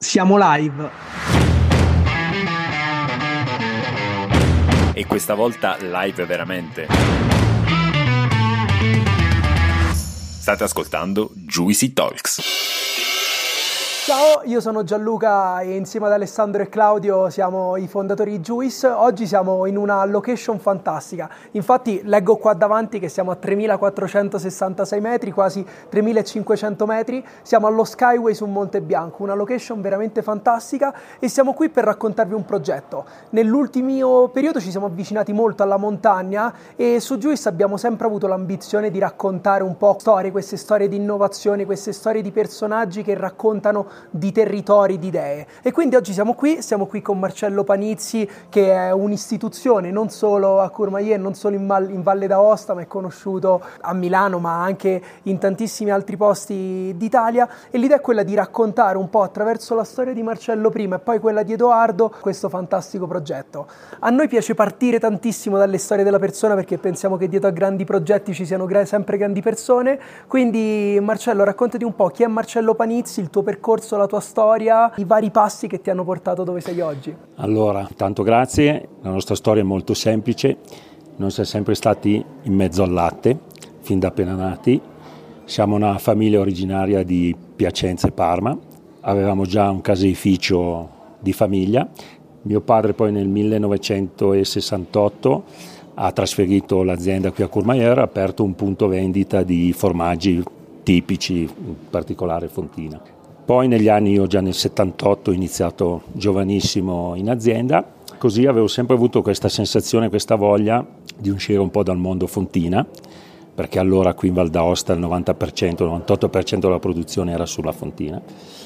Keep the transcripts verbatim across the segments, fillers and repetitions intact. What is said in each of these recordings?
Siamo live. E questa volta live veramente. State ascoltando Juicy Talks. Ciao, io sono Gianluca e insieme ad Alessandro e Claudio siamo i fondatori di Juice. Oggi siamo in una location fantastica. Infatti leggo qua davanti che siamo a tremilaquattrocentosessantasei metri, quasi tremilacinquecento metri. Siamo allo Skyway su Monte Bianco, una location veramente fantastica e siamo qui per raccontarvi un progetto. Nell'ultimo periodo ci siamo avvicinati molto alla montagna e su Juice abbiamo sempre avuto l'ambizione di raccontare un po' storie, queste storie di innovazione, queste storie di personaggi che raccontano di territori, di idee. E quindi oggi siamo qui, siamo qui con Marcello Panizzi, che è un'istituzione non solo a Courmayeur, non solo in, Mal- in Valle d'Aosta, ma è conosciuto a Milano, ma anche in tantissimi altri posti d'Italia. E l'idea è quella di raccontare un po' attraverso la storia di Marcello prima e poi quella di Edoardo questo fantastico progetto. A noi piace partire tantissimo dalle storie della persona perché pensiamo che dietro a grandi progetti ci siano gra- sempre grandi persone. Quindi Marcello, raccontati un po' chi è Marcello Panizzi, il tuo percorso, la tua storia, i vari passi che ti hanno portato dove sei oggi. Allora, tanto grazie. La nostra storia è molto semplice. Noi siamo sempre stati in mezzo al latte, fin da appena nati. Siamo una famiglia originaria di Piacenza e Parma. Avevamo già un caseificio di famiglia. Mio padre poi nel millenovecentosessantotto ha trasferito l'azienda qui a Courmayeur, ha aperto un punto vendita di formaggi tipici, in particolare fontina. Poi negli anni, io già nel settantotto ho iniziato giovanissimo in azienda, così avevo sempre avuto questa sensazione, questa voglia di uscire un po' dal mondo fontina, perché allora qui in Val d'Aosta il novanta per cento, il novantotto per cento della produzione era sulla fontina,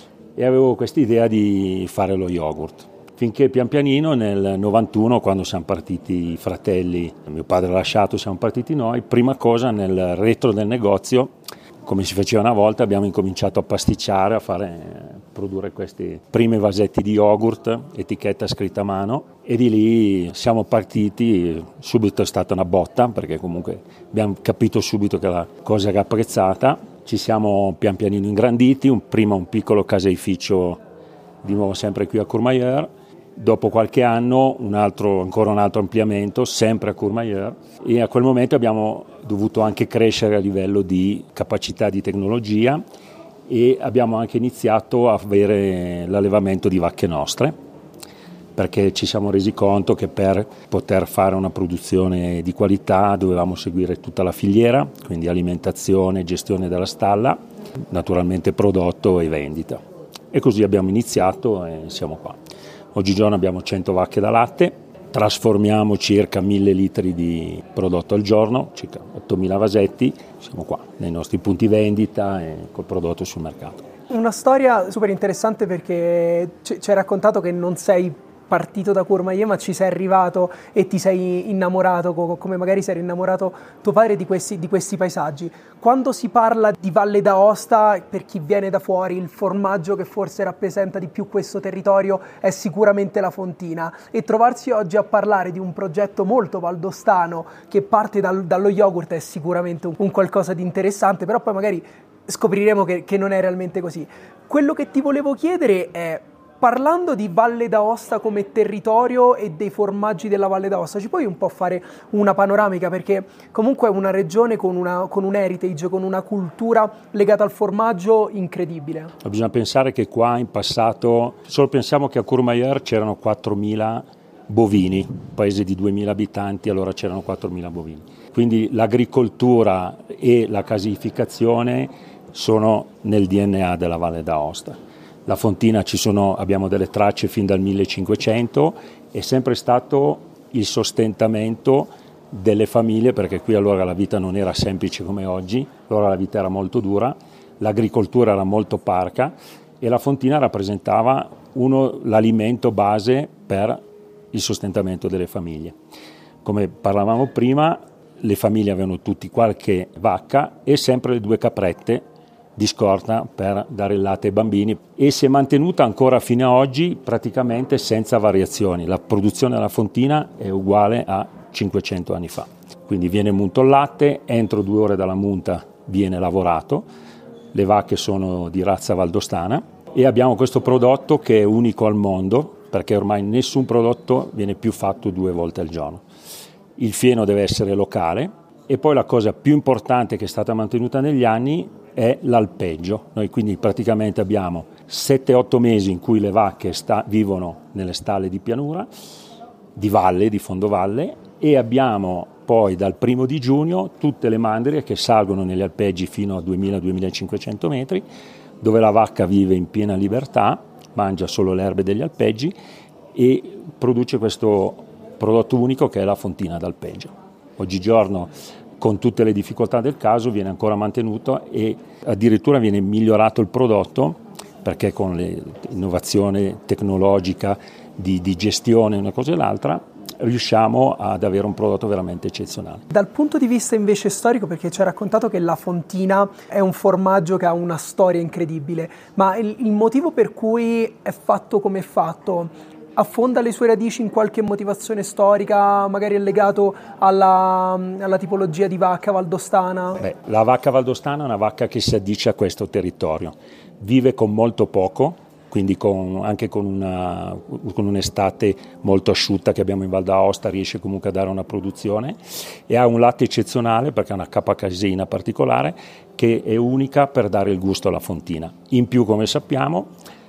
e avevo questa idea di fare lo yogurt. Finché pian pianino nel novantuno, quando siamo partiti i fratelli, mio padre ha lasciato, siamo partiti noi, prima cosa nel retro del negozio, come si faceva una volta, abbiamo incominciato a pasticciare, a fare, produrre questi primi vasetti di yogurt, etichetta scritta a mano, e di lì siamo partiti. Subito è stata una botta, perché comunque abbiamo capito subito che la cosa era apprezzata. Ci siamo pian pianino ingranditi, un, prima un piccolo caseificio, di nuovo sempre qui a Courmayeur. Dopo qualche anno un altro, ancora un altro ampliamento, sempre a Courmayeur, e a quel momento abbiamo dovuto anche crescere a livello di capacità di tecnologia e abbiamo anche iniziato a avere l'allevamento di vacche nostre, perché ci siamo resi conto che per poter fare una produzione di qualità dovevamo seguire tutta la filiera, quindi alimentazione, gestione della stalla, naturalmente prodotto e vendita. E così abbiamo iniziato e siamo qua. Oggigiorno abbiamo cento vacche da latte, trasformiamo circa mille litri di prodotto al giorno, circa ottomila vasetti, siamo qua nei nostri punti vendita e col prodotto sul mercato. Una storia super interessante perché ci hai raccontato che non sei partito da Courmayeur, ma ci sei arrivato e ti sei innamorato, come magari sei innamorato tuo padre di questi, di questi paesaggi. Quando si parla di Valle d'Aosta, per chi viene da fuori, il formaggio che forse rappresenta di più questo territorio è sicuramente la fontina, e trovarsi oggi a parlare di un progetto molto valdostano che parte dal, dallo yogurt è sicuramente un, un qualcosa di interessante, però poi magari scopriremo che, che non è realmente così. Quello che ti volevo chiedere è: parlando di Valle d'Aosta come territorio e dei formaggi della Valle d'Aosta, ci puoi un po' fare una panoramica? Perché comunque è una regione con, una, con un heritage, con una cultura legata al formaggio incredibile. Bisogna pensare che qua in passato, solo pensiamo che a Courmayeur c'erano quattromila bovini, un paese di duemila abitanti, allora c'erano quattromila bovini. Quindi l'agricoltura e la casificazione sono nel D N A della Valle d'Aosta. La fontina, ci sono, abbiamo delle tracce fin dal millecinquecento, è sempre stato il sostentamento delle famiglie, perché qui allora la vita non era semplice come oggi, allora la vita era molto dura, l'agricoltura era molto parca e la fontina rappresentava uno, l'alimento base per il sostentamento delle famiglie. Come parlavamo prima, le famiglie avevano tutti qualche vacca e sempre le due caprette di scorta per dare il latte ai bambini, e si è mantenuta ancora fino a oggi praticamente senza variazioni. La produzione della fontina è uguale a cinquecento anni fa, quindi viene munto il latte, entro due ore dalla munta viene lavorato, le vacche sono di razza valdostana e abbiamo questo prodotto che è unico al mondo, perché ormai nessun prodotto viene più fatto due volte al giorno. Il fieno deve essere locale e poi la cosa più importante che è stata mantenuta negli anni è l'alpeggio. Noi quindi praticamente abbiamo sette otto mesi in cui le vacche sta, vivono nelle stalle di pianura, di valle, di fondovalle, e abbiamo poi dal primo di giugno tutte le mandrie che salgono negli alpeggi fino a duemila duemilacinquecento metri, dove la vacca vive in piena libertà, mangia solo le erbe degli alpeggi e produce questo prodotto unico che è la fontina d'alpeggio. Oggigiorno, con tutte le difficoltà del caso, viene ancora mantenuto e addirittura viene migliorato il prodotto, perché con l'innovazione tecnologica di, di gestione una cosa e l'altra riusciamo ad avere un prodotto veramente eccezionale. Dal punto di vista invece storico, perché ci ha raccontato che la fontina è un formaggio che ha una storia incredibile, ma il, il motivo per cui è fatto come è fatto affonda le sue radici in qualche motivazione storica, magari è legato alla, alla tipologia di vacca valdostana? Beh, la vacca valdostana è una vacca che si addice a questo territorio, vive con molto poco, quindi con, anche con, una, con un'estate molto asciutta che abbiamo in Val d'Aosta riesce comunque a dare una produzione e ha un latte eccezionale perché ha una cappa-caseina particolare che è unica per dare il gusto alla fontina. In più, come sappiamo,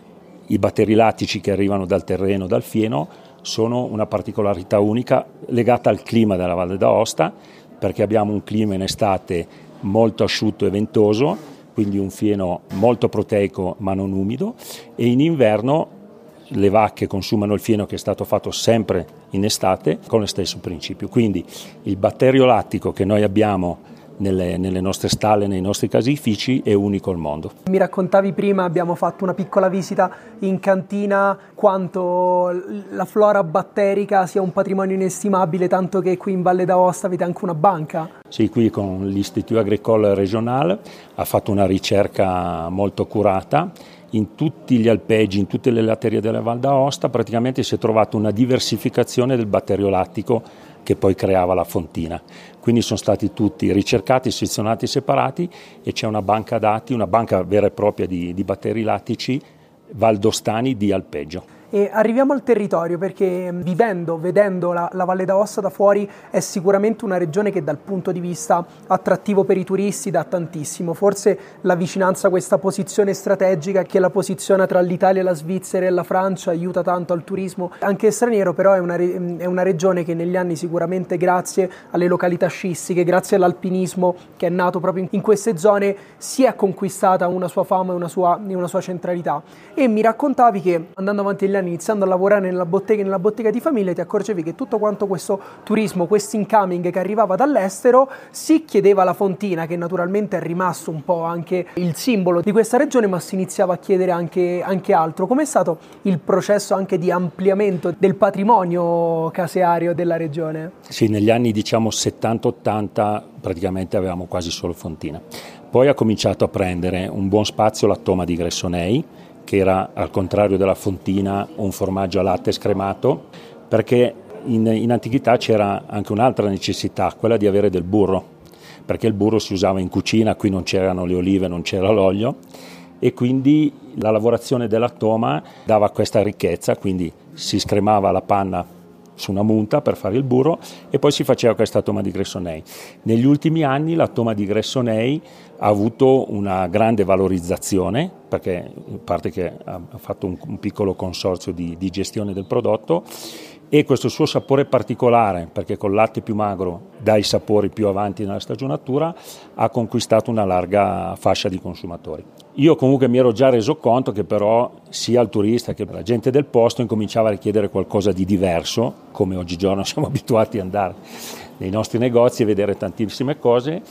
i batteri lattici che arrivano dal terreno, dal fieno, sono una particolarità unica legata al clima della Valle d'Aosta, perché abbiamo un clima in estate molto asciutto e ventoso, quindi un fieno molto proteico ma non umido, e in inverno le vacche consumano il fieno che è stato fatto sempre in estate con lo stesso principio. Quindi il batterio lattico che noi abbiamo Nelle, nelle nostre stalle, nei nostri caseifici è unico al mondo. Mi raccontavi prima, abbiamo fatto una piccola visita in cantina, quanto la flora batterica sia un patrimonio inestimabile, tanto che qui in Valle d'Aosta avete anche una banca. Sì, qui con l'Istitut Agricole Régional ha fatto una ricerca molto curata. In tutti gli alpeggi, in tutte le latterie della Val d'Aosta praticamente si è trovata una diversificazione del batterio lattico che poi creava la fontina. Quindi sono stati tutti ricercati, selezionati, separati e c'è una banca dati, una banca vera e propria di, di batteri lattici valdostani di alpeggio. E arriviamo al territorio, perché vivendo, vedendo la, la Valle d'Aosta da fuori è sicuramente una regione che dal punto di vista attrattivo per i turisti dà tantissimo. Forse la vicinanza a questa posizione strategica che la posiziona tra l'Italia, la Svizzera e la Francia aiuta tanto al turismo anche straniero, però è una, è una regione che negli anni sicuramente grazie alle località sciistiche, grazie all'alpinismo che è nato proprio in queste zone, si è conquistata una sua fama e una sua, una sua centralità. E mi raccontavi che andando avanti negli anni, iniziando a lavorare nella bottega, nella bottega di famiglia, ti accorgevi che tutto quanto questo turismo, questo incoming che arrivava dall'estero, si chiedeva la fontina, che naturalmente è rimasto un po' anche il simbolo di questa regione, ma si iniziava a chiedere anche, anche altro. Com'è stato il processo anche di ampliamento del patrimonio caseario della regione? Sì, negli anni diciamo settanta ottanta praticamente avevamo quasi solo fontina. Poi ha cominciato a prendere un buon spazio la toma di Gressonei, che era al contrario della fontina un formaggio a latte scremato, perché in, in antichità c'era anche un'altra necessità, quella di avere del burro, perché il burro si usava in cucina, qui non c'erano le olive, non c'era l'olio, e quindi la lavorazione della toma dava questa ricchezza, quindi si scremava la panna su una munta per fare il burro e poi si faceva questa toma di Gressonei. Negli ultimi anni la toma di Gressonei ha avuto una grande valorizzazione, perché a parte che ha fatto un, un piccolo consorzio di, di gestione del prodotto, e questo suo sapore particolare, perché col latte più magro dà i sapori più avanti nella stagionatura, ha conquistato una larga fascia di consumatori. Io comunque mi ero già reso conto che però sia il turista che la gente del posto incominciava a richiedere qualcosa di diverso, come oggigiorno siamo abituati ad andare nei nostri negozi e vedere tantissime cose,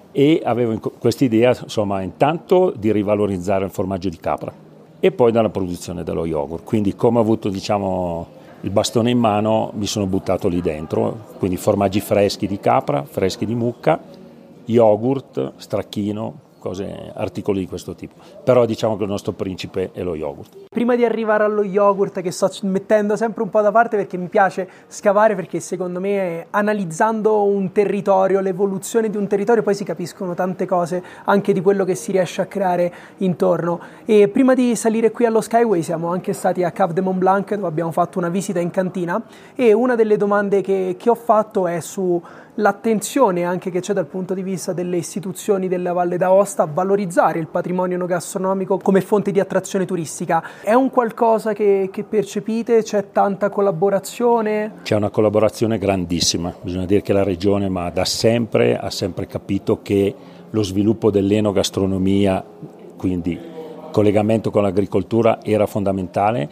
e avevo questa idea, insomma, intanto di rivalorizzare il formaggio di capra e poi dalla produzione dello yogurt. Quindi come ho avuto, diciamo, il bastone in mano, mi sono buttato lì dentro, quindi formaggi freschi di capra, freschi di mucca, yogurt, stracchino, cose, articoli di questo tipo. Però diciamo che il nostro principe è lo yogurt. Prima di arrivare allo yogurt, che sto mettendo sempre un po' da parte perché mi piace scavare, perché secondo me analizzando un territorio, l'evoluzione di un territorio, poi si capiscono tante cose anche di quello che si riesce a creare intorno. E prima di salire qui allo Skyway siamo anche stati a Cave de Mont Blanc, dove abbiamo fatto una visita in cantina, e una delle domande che, che ho fatto è su l'attenzione anche che c'è dal punto di vista delle istituzioni della Valle d'Aosta a valorizzare il patrimonio enogastronomico come fonte di attrazione turistica. È un qualcosa che, che percepite? C'è tanta collaborazione? C'è una collaborazione grandissima. Bisogna dire che la regione, ma da sempre, ha sempre capito che lo sviluppo dell'enogastronomia, quindi collegamento con l'agricoltura, era fondamentale,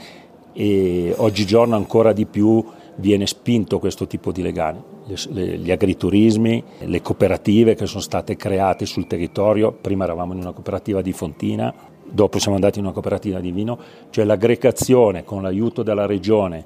e oggigiorno ancora di più viene spinto questo tipo di legami. Le, gli agriturismi, le cooperative che sono state create sul territorio. Prima eravamo in una cooperativa di Fontina, dopo siamo andati in una cooperativa di vino, cioè l'aggregazione con l'aiuto della regione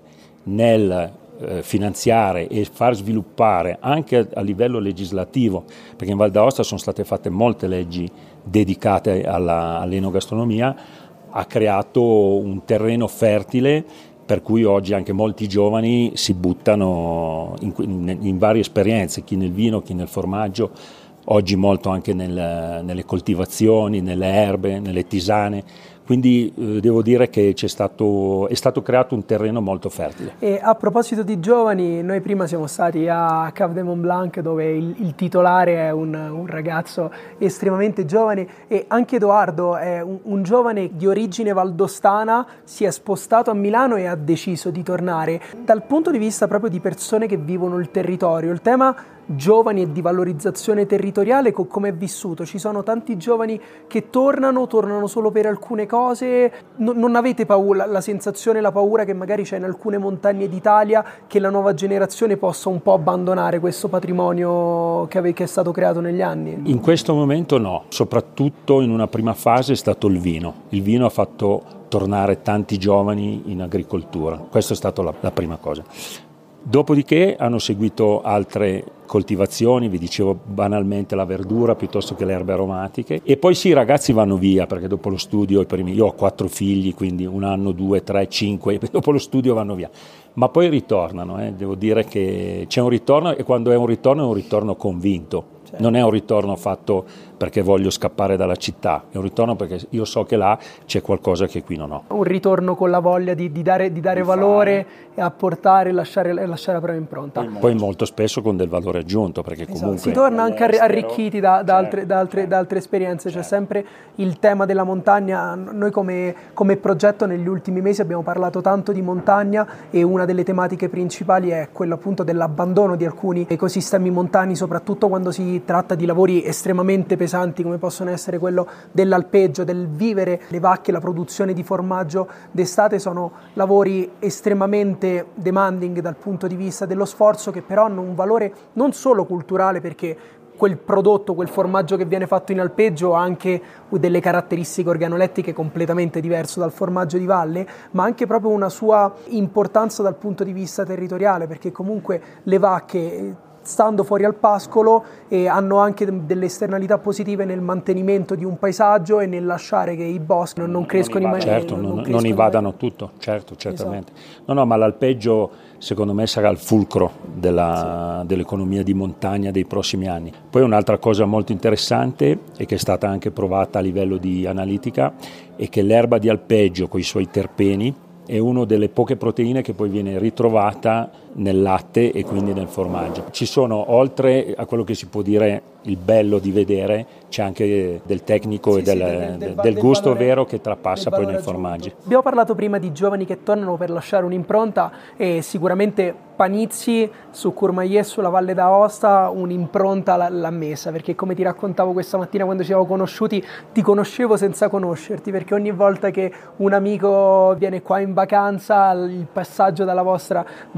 nel eh, finanziare e far sviluppare anche a, a livello legislativo, perché in Val d'Aosta sono state fatte molte leggi dedicate alla, all'enogastronomia, ha creato un terreno fertile per cui oggi anche molti giovani si buttano in, in, in varie esperienze, chi nel vino, chi nel formaggio, oggi molto anche nel, nelle coltivazioni, nelle erbe, nelle tisane. Quindi eh, devo dire che c'è stato, è stato creato un terreno molto fertile. E a proposito di giovani, noi prima siamo stati a Cave de Mont Blanc, dove il, il titolare è un, un ragazzo estremamente giovane, e anche Edoardo è un, un giovane di origine valdostana, si è spostato a Milano e ha deciso di tornare. Dal punto di vista proprio di persone che vivono il territorio, il tema giovani e di valorizzazione territoriale, co- come è vissuto? Ci sono tanti giovani che tornano, tornano solo per alcune cose, no, non avete paura, la sensazione, la paura che magari c'è in alcune montagne d'Italia che la nuova generazione possa un po' abbandonare questo patrimonio che, ave- che è stato creato negli anni? In questo momento no, soprattutto in una prima fase è stato il vino. Il vino ha fatto tornare tanti giovani in agricoltura, questa è stata la, la prima cosa. Dopodiché hanno seguito altre coltivazioni, vi dicevo banalmente la verdura piuttosto che le erbe aromatiche, e poi sì, i ragazzi vanno via perché dopo lo studio, io ho quattro figli, quindi un anno, due, tre, cinque, dopo lo studio vanno via, ma poi ritornano, eh. Devo dire che c'è un ritorno, e quando è un ritorno è un ritorno convinto. Non è un ritorno fatto perché voglio scappare dalla città, è un ritorno perché io so che là c'è qualcosa che qui non ho. Un ritorno con la voglia di, di dare, di dare di valore fare. E apportare e lasciare, lasciare la propria impronta. Poi molto spesso con del valore aggiunto, perché esatto. comunque Si torna anche arricchiti da, da, altre, da, altre, da altre esperienze, c'è sempre il tema della montagna. Noi come, come progetto negli ultimi mesi abbiamo parlato tanto di montagna, e una delle tematiche principali è quella appunto dell'abbandono di alcuni ecosistemi montani, soprattutto quando si tratta di lavori estremamente pesanti come possono essere quello dell'alpeggio, del vivere le vacche, la produzione di formaggio d'estate. Sono lavori estremamente demanding dal punto di vista dello sforzo, che però hanno un valore non solo culturale, perché quel prodotto, quel formaggio che viene fatto in alpeggio ha anche delle caratteristiche organolettiche completamente diverse dal formaggio di valle, ma anche proprio una sua importanza dal punto di vista territoriale, perché comunque le vacche, stando fuori al pascolo, e hanno anche delle esternalità positive nel mantenimento di un paesaggio e nel lasciare che i boschi non, non crescono in maniera. Certo, non, non, non invadano tutto, certo, certamente. Esatto. No, no, ma l'alpeggio secondo me sarà il fulcro della, sì. dell'economia di montagna dei prossimi anni. Poi un'altra cosa molto interessante, e che è stata anche provata a livello di analitica, è che l'erba di alpeggio con i suoi terpeni è una delle poche proteine che poi viene ritrovata nel latte e quindi nel formaggio. Ci sono, oltre a quello che si può dire il bello di vedere, c'è anche del tecnico sì, e del, sì, del, del, del gusto valore, vero che trapassa poi nei formaggi. Abbiamo parlato prima di giovani che tornano per lasciare un'impronta, e sicuramente Panizzi su Courmayeur, sulla Valle d'Aosta, un'impronta l'ha messa, perché come ti raccontavo questa mattina quando ci siamo conosciuti, ti conoscevo senza conoscerti, perché ogni volta che un amico viene qua in vacanza, il passaggio dalla vostra boutique di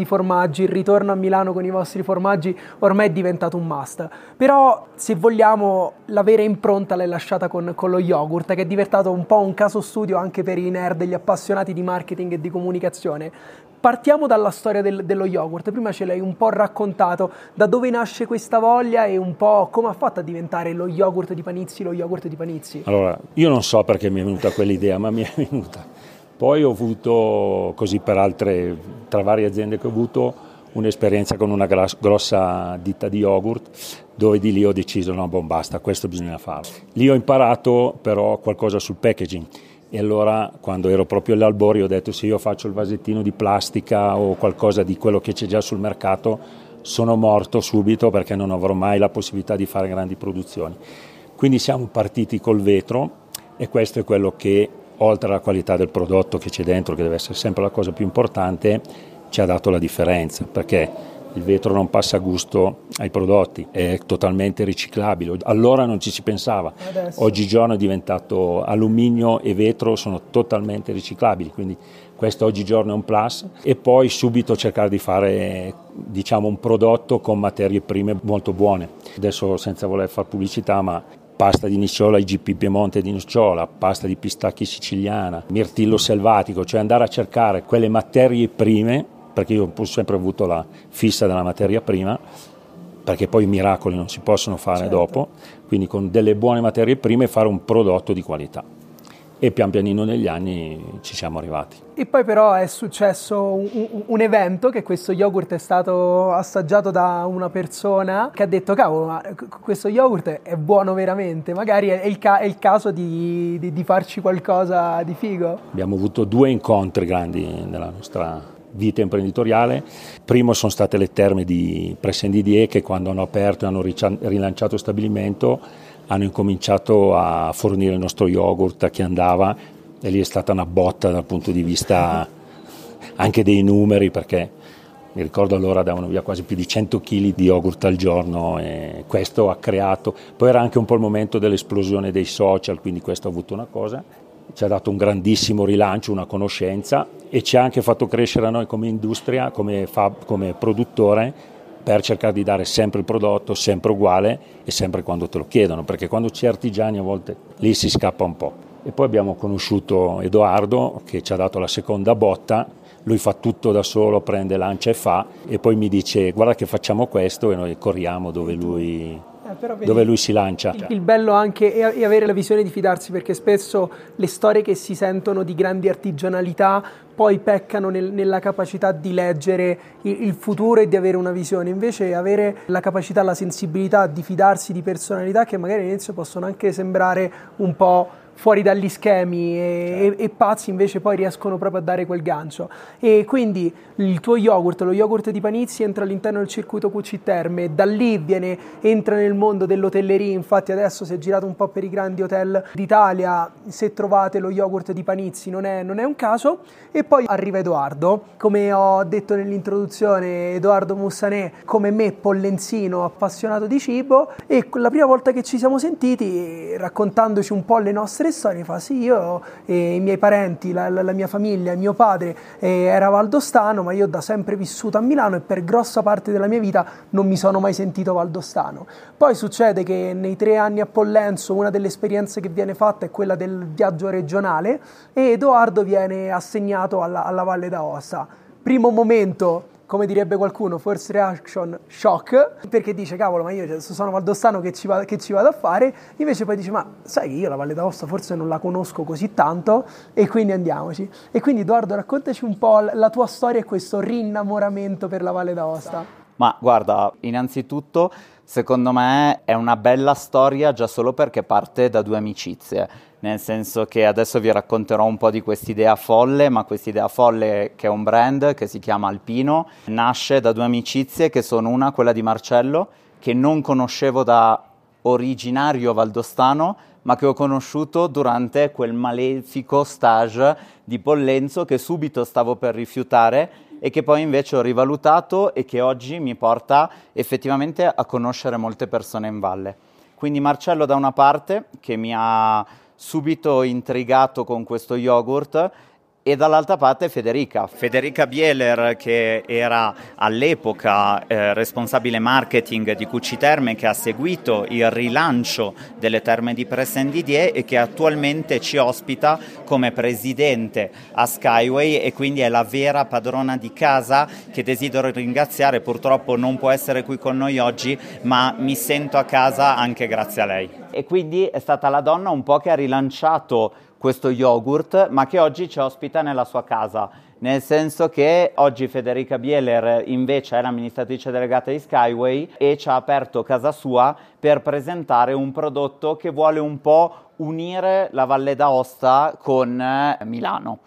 formaggi, il ritorno a Milano con i vostri formaggi ormai è diventato un must. Però se vogliamo la vera impronta l'hai lasciata con, con lo yogurt, che è diventato un po' un caso studio anche per i nerd, gli appassionati di marketing e di comunicazione. Partiamo dalla storia del, dello yogurt. Prima ce l'hai un po' raccontato, da dove nasce questa voglia e un po' come ha fatto a diventare lo yogurt di Panizzi, lo yogurt di Panizzi. Allora, io non so perché mi è venuta quell'idea, ma mi è venuta. Poi ho avuto, così per altre, tra varie aziende che ho avuto, un'esperienza con una grossa ditta di yogurt, dove di lì ho deciso, no, boh, basta, questo bisogna farlo. Lì ho imparato però qualcosa sul packaging. E allora, quando ero proprio all'albori, ho detto: se io faccio il vasettino di plastica o qualcosa di quello che c'è già sul mercato, sono morto subito, perché non avrò mai la possibilità di fare grandi produzioni. Quindi siamo partiti col vetro, e questo è quello che, oltre alla qualità del prodotto che c'è dentro, che deve essere sempre la cosa più importante, ci ha dato la differenza, perché il vetro non passa gusto ai prodotti, è totalmente riciclabile. Allora non ci si pensava. Adesso. Oggigiorno è diventato alluminio e vetro, sono totalmente riciclabili, quindi questo oggigiorno è un plus. E poi subito cercare di fare, diciamo, un prodotto con materie prime molto buone. Adesso, senza voler fare pubblicità, ma pasta di nocciola I G P Piemonte di nocciola, pasta di pistacchi siciliana, mirtillo selvatico, cioè andare a cercare quelle materie prime, perché io ho sempre avuto la fissa della materia prima, perché poi i miracoli non si possono fare certo. dopo, quindi con delle buone materie prime fare un prodotto di qualità. E pian pianino negli anni ci siamo arrivati. E poi però è successo un, un, un evento, che questo yogurt è stato assaggiato da una persona che ha detto: cavolo, ma questo yogurt è buono veramente, magari è il, ca- è il caso di, di, di farci qualcosa di figo. Abbiamo avuto due incontri grandi nella nostra vita imprenditoriale. Primo sono state le terme di Pressendidier, che quando hanno aperto e hanno rilanciato lo stabilimento hanno incominciato a fornire il nostro yogurt che andava, e lì è stata una botta dal punto di vista anche dei numeri, perché mi ricordo allora davano via quasi più di cento chili di yogurt al giorno, e questo ha creato, poi era anche un po' il momento dell'esplosione dei social, quindi questo ha avuto una cosa, ci ha dato un grandissimo rilancio, una conoscenza, e ci ha anche fatto crescere a noi come industria, come, fab, come produttore, per cercare di dare sempre il prodotto, sempre uguale e sempre quando te lo chiedono, perché quando c'è artigiani a volte lì si scappa un po'. E poi abbiamo conosciuto Edoardo, che ci ha dato la seconda botta. Lui fa tutto da solo, prende, lancia e fa, e poi mi dice: guarda che facciamo questo, e noi corriamo dove lui... Eh, però vedi, dove lui si lancia. Il, il bello anche è, è avere la visione di fidarsi, perché spesso le storie che si sentono di grandi artigianalità poi peccano nel, nella capacità di leggere il, il futuro e di avere una visione. Invece avere la capacità, la sensibilità di fidarsi di personalità che magari all'inizio possono anche sembrare un po' fuori dagli schemi e, e, e pazzi, invece poi riescono proprio a dare quel gancio. E quindi il tuo yogurt, lo yogurt di Panizzi, entra all'interno del circuito Q C Terme, da lì viene, entra nel mondo dell'hotellerie. Infatti adesso si è girato un po' per i grandi hotel d'Italia, se trovate lo yogurt di Panizzi non è, non è un caso. E poi arriva Edoardo, come ho detto nell'introduzione, Edoardo Mussanè, come me pollenzino, appassionato di cibo, e la prima volta che ci siamo sentiti, raccontandoci un po' le nostre storie, fa: sì, io e i miei parenti, la, la, la mia famiglia, mio padre eh, era valdostano, ma io ho da sempre vissuto a Milano e per grossa parte della mia vita non mi sono mai sentito valdostano. Poi succede che nei tre anni a Pollenzo una delle esperienze che viene fatta è quella del viaggio regionale, e Edoardo viene assegnato alla, alla Valle d'Aosta. Primo momento, come direbbe qualcuno, first reaction, shock, perché dice: cavolo, ma io sono valdostano, che ci, va, che ci vado a fare? Invece poi dice: ma sai che io la Valle d'Aosta forse non la conosco così tanto, e quindi andiamoci. E quindi Edoardo, raccontaci un po' la tua storia e questo rinnamoramento per la Valle d'Aosta. Ma guarda, innanzitutto secondo me è una bella storia già solo perché parte da due amicizie, nel senso che adesso vi racconterò un po' di quest'idea folle, ma quest'idea folle, che è un brand che si chiama Alpino, nasce da due amicizie che sono una, quella di Marcello, che non conoscevo da originario valdostano, ma che ho conosciuto durante quel malefico stage di Pollenzo che subito stavo per rifiutare e che poi invece ho rivalutato e che oggi mi porta effettivamente a conoscere molte persone in valle. Quindi Marcello da una parte, che mi ha subito intrigato con questo yogurt, e dall'altra parte Federica. Federica Bieler, che era all'epoca eh, responsabile marketing di Q C Terme, che ha seguito il rilancio delle terme di Pressin Didier e che attualmente ci ospita come presidente a Skyway, e quindi è la vera padrona di casa, che desidero ringraziare. Purtroppo non può essere qui con noi oggi, ma mi sento a casa anche grazie a lei. E quindi è stata la donna un po' che ha rilanciato questo yogurt, ma che oggi ci ospita nella sua casa, nel senso che oggi Federica Bieler invece è l'amministratrice delegata di Skyway e ci ha aperto casa sua per presentare un prodotto che vuole un po' unire la Valle d'Aosta con Milano.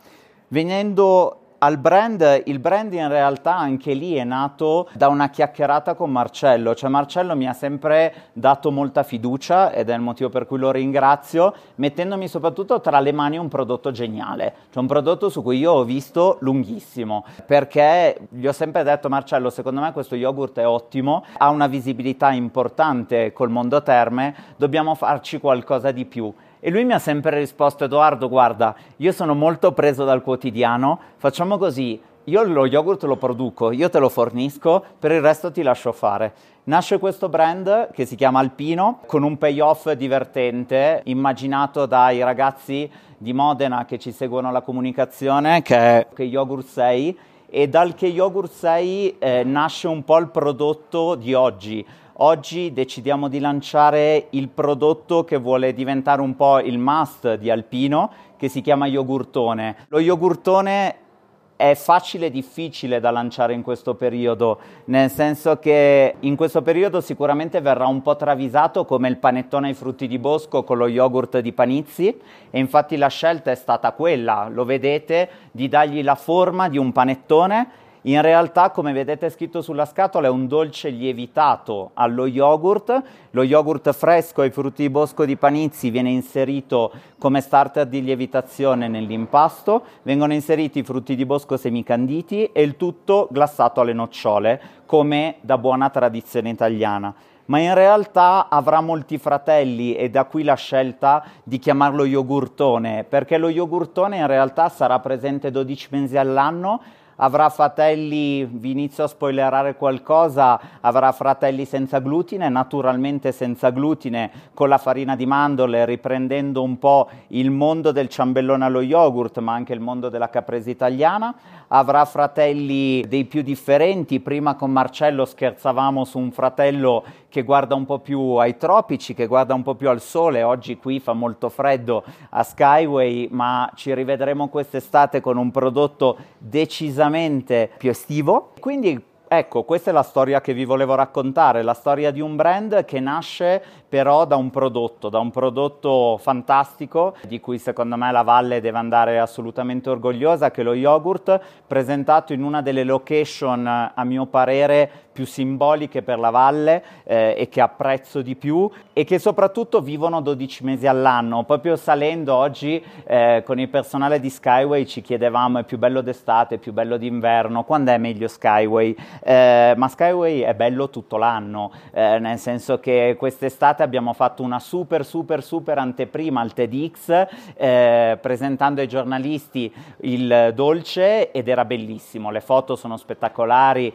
Venendo al brand, il brand in realtà anche lì è nato da una chiacchierata con Marcello, cioè Marcello mi ha sempre dato molta fiducia ed è il motivo per cui lo ringrazio, mettendomi soprattutto tra le mani un prodotto geniale, cioè un prodotto su cui io ho visto lunghissimo, perché gli ho sempre detto: Marcello, secondo me questo yogurt è ottimo, ha una visibilità importante col mondo terme, dobbiamo farci qualcosa di più. E lui mi ha sempre risposto: Edoardo, guarda, io sono molto preso dal quotidiano, facciamo così, io lo yogurt lo produco, io te lo fornisco, per il resto ti lascio fare. Nasce questo brand che si chiama Alpino, con un payoff divertente, immaginato dai ragazzi di Modena che ci seguono la comunicazione, che è Che Yogurt sei, e dal Che Yogurt sei eh, nasce un po' il prodotto di oggi. Oggi decidiamo di lanciare il prodotto che vuole diventare un po' il must di Alpino, che si chiama yogurtone. Lo yogurtone è facile e difficile da lanciare in questo periodo, nel senso che in questo periodo sicuramente verrà un po' travisato come il panettone ai frutti di bosco con lo yogurt di Panizzi, e infatti la scelta è stata quella, lo vedete, di dargli la forma di un panettone. In realtà, come vedete scritto sulla scatola, è un dolce lievitato allo yogurt. Lo yogurt fresco ai frutti di bosco di Panizzi viene inserito come starter di lievitazione nell'impasto, vengono inseriti i frutti di bosco semicanditi e il tutto glassato alle nocciole, come da buona tradizione italiana. Ma in realtà avrà molti fratelli, e da qui la scelta di chiamarlo yogurtone, perché lo yogurtone in realtà sarà presente dodici mesi all'anno. Avrà fratelli, vi inizio a spoilerare qualcosa, avrà fratelli senza glutine, naturalmente senza glutine, con la farina di mandorle, riprendendo un po' il mondo del ciambellone allo yogurt, ma anche il mondo della caprese italiana. Avrà fratelli dei più differenti, prima con Marcello scherzavamo su un fratello che guarda un po' più ai tropici, che guarda un po' più al sole. Oggi qui fa molto freddo a Skyway, ma ci rivedremo quest'estate con un prodotto decisamente più estivo. Quindi ecco, questa è la storia che vi volevo raccontare, la storia di un brand che nasce però da un prodotto, da un prodotto fantastico, di cui secondo me la Valle deve andare assolutamente orgogliosa, che è lo yogurt, presentato in una delle location, a mio parere, più simboliche per la Valle eh, e che apprezzo di più, e che soprattutto vivono dodici mesi all'anno. Proprio salendo oggi eh, con il personale di Skyway ci chiedevamo: è più bello d'estate, è più bello d'inverno, quando è meglio Skyway? Eh, ma Skyway è bello tutto l'anno, eh, nel senso che quest'estate abbiamo fatto una super super super anteprima al TEDx eh, presentando ai giornalisti il dolce, ed era bellissimo, le foto sono spettacolari,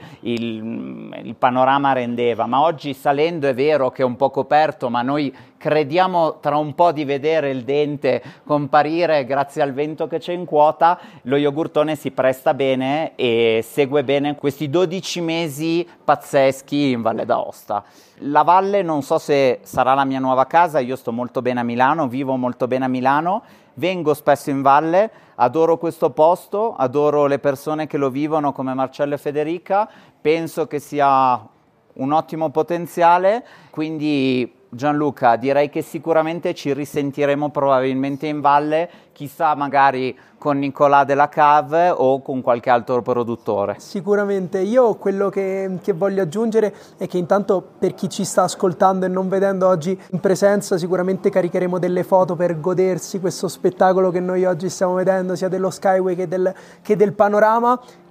il, il panorama rendeva. Ma oggi salendo è vero che è un po' coperto, ma noi crediamo tra un po' di vedere il dente comparire grazie al vento che c'è in quota. Lo yogurtone si presta bene e segue bene questi dodici mesi pazzeschi in Valle d'Aosta. La Valle non so se sarà la mia nuova casa, io sto molto bene a Milano, vivo molto bene a Milano, vengo spesso in Valle, adoro questo posto, adoro le persone che lo vivono come Marcello e Federica, penso che sia un ottimo potenziale, quindi Gianluca, direi che sicuramente ci risentiremo probabilmente in Valle, chissà magari con Nicolà della Cave o con qualche altro produttore. Sicuramente. Io quello che, che voglio aggiungere è che intanto, per chi ci sta ascoltando e non vedendo oggi in presenza, sicuramente caricheremo delle foto per godersi questo spettacolo che noi oggi stiamo vedendo, sia dello Skyway che del, che del panorama,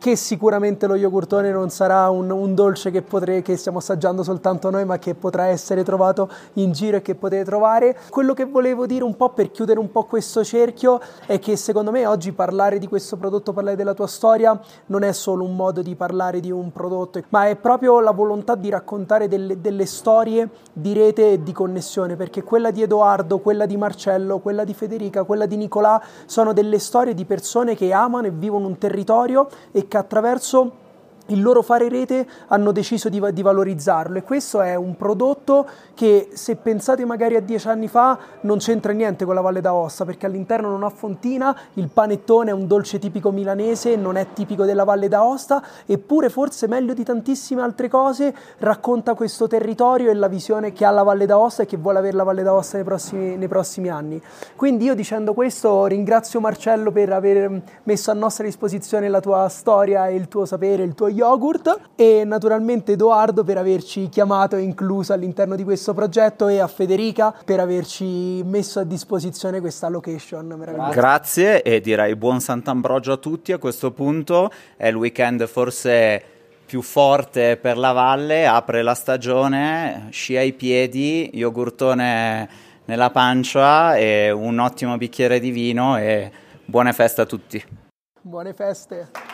che sicuramente lo yogurtone non sarà un, un dolce che, potrei, che stiamo assaggiando soltanto noi, ma che potrà essere trovato in giro e che potete trovare. Quello che volevo dire un po' per chiudere un po' questo cerchio è che secondo me oggi parlare di questo prodotto, parlare della tua storia, non è solo un modo di parlare di un prodotto, ma è proprio la volontà di raccontare delle, delle storie di rete e di connessione, perché quella di Edoardo, quella di Marcello, quella di Federica, quella di Nicolà sono delle storie di persone che amano e vivono un territorio e che attraverso il loro fare rete hanno deciso di, di valorizzarlo, e questo è un prodotto che, se pensate magari a dieci anni fa, non c'entra niente con la Valle d'Aosta, perché all'interno non ha fontina, il panettone è un dolce tipico milanese, non è tipico della Valle d'Aosta, eppure forse meglio di tantissime altre cose racconta questo territorio e la visione che ha la Valle d'Aosta e che vuole avere la Valle d'Aosta nei prossimi, nei prossimi anni. Quindi io, dicendo questo, ringrazio Marcello per aver messo a nostra disposizione la tua storia e il tuo sapere, il tuo yogurt, e naturalmente Edoardo per averci chiamato e incluso all'interno di questo progetto, e a Federica per averci messo a disposizione questa location meravigliosa. Grazie, e direi buon Sant'Ambrogio a tutti. A questo punto è il weekend forse più forte per la valle, apre la stagione, sci ai piedi, yogurtone nella pancia e un ottimo bicchiere di vino, e buone feste a tutti. Buone feste.